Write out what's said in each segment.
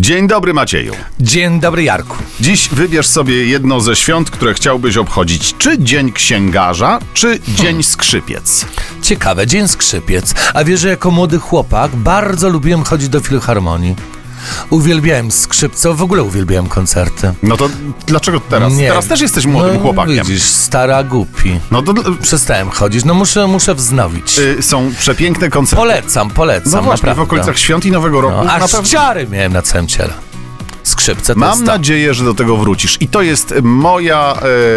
Dzień dobry, Macieju. Dzień dobry, Jarku. Dziś wybierz sobie jedno ze świąt, które chciałbyś obchodzić. Czy Dzień Księgarza, czy Dzień Skrzypiec? Ciekawe, Dzień Skrzypiec. A wiesz, że jako młody chłopak bardzo lubiłem chodzić do filharmonii. Uwielbiałem skrzypce, w ogóle uwielbiałem koncerty. No to dlaczego teraz? Nie. Teraz też jesteś młodym chłopakiem. Widzisz, stara głupi. No to Przestałem chodzić, muszę wznowić. są przepiękne koncerty. Polecam, No właśnie, naprawdę. w okolicach świąt i Nowego Roku. No, na aż pewno... ciary miałem na całym ciele. Skrzypce to Mam jest to. nadzieję, że do tego wrócisz. I to jest moja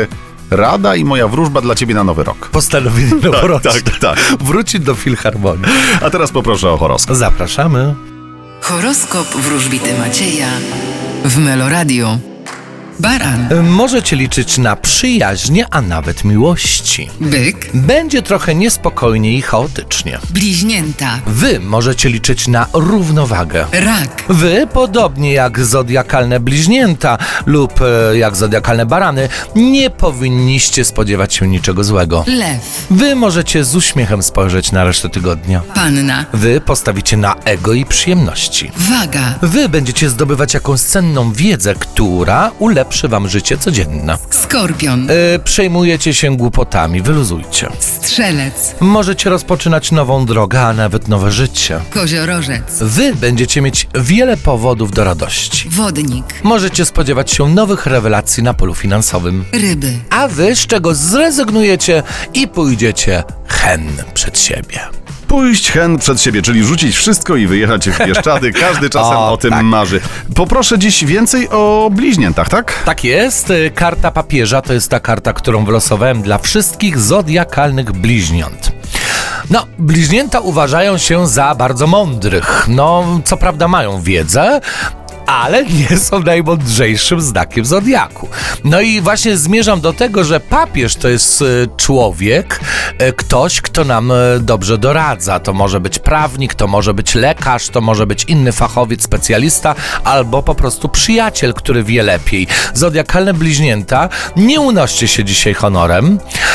rada i moja wróżba dla ciebie na Nowy Rok. Postanowienie noworoczne. tak. Wrócić do filharmonii. A teraz poproszę o horoskop. Zapraszamy. Horoskop wróżbity Macieja w Meloradio. Baran, Możecie liczyć na przyjaźnie, a nawet miłości. byk, Będzie trochę niespokojnie i chaotycznie. bliźnięta, Wy możecie liczyć na równowagę. rak, Wy, podobnie jak zodiakalne bliźnięta lub jak zodiakalne barany, nie powinniście spodziewać się niczego złego. lew, Wy możecie z uśmiechem spojrzeć na resztę tygodnia. panna, Wy postawicie na ego i przyjemności. waga, Wy będziecie zdobywać jakąś cenną wiedzę, która ulepszy wam życie codzienne. skorpion, Przejmujecie się głupotami, wyluzujcie. strzelec, Możecie rozpoczynać nową drogę, a nawet nowe życie. koziorożec, Wy będziecie mieć wiele powodów do radości. wodnik, Możecie spodziewać się nowych rewelacji na polu finansowym. ryby. A wy z czego zrezygnujecie i pójdziecie hen przed siebie. Pójść hen przed siebie, czyli rzucić wszystko i wyjechać w Bieszczady. Każdy czasem o tym tak. marzy. Poproszę dziś więcej o bliźniętach, tak? Tak jest, karta papieża to jest ta karta, którą wylosowałem dla wszystkich zodiakalnych bliźniąt. No, bliźnięta uważają się za bardzo mądrych. No, co prawda mają wiedzę, ale nie są najmądrzejszym znakiem zodiaku. No i właśnie zmierzam do tego, że papież to jest człowiek, ktoś, kto nam dobrze doradza. To może być prawnik, to może być lekarz, to może być inny fachowiec, specjalista, albo po prostu przyjaciel, który wie lepiej. Zodiakalne bliźnięta, nie unoście się dzisiaj honorem,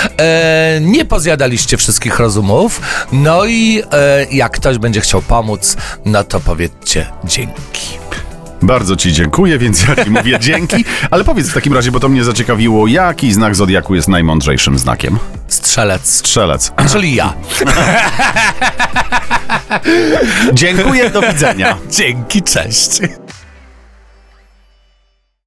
nie pozjadaliście wszystkich rozumów, no i jak ktoś będzie chciał pomóc, no to powiedzcie dzięki. Bardzo ci dziękuję, więc ja ci mówię dzięki. Ale powiedz w takim razie, bo to mnie zaciekawiło, jaki znak zodiaku jest najmądrzejszym znakiem? Strzelec. Strzelec. Czyli ja. Dziękuję, do widzenia. Dzięki, cześć.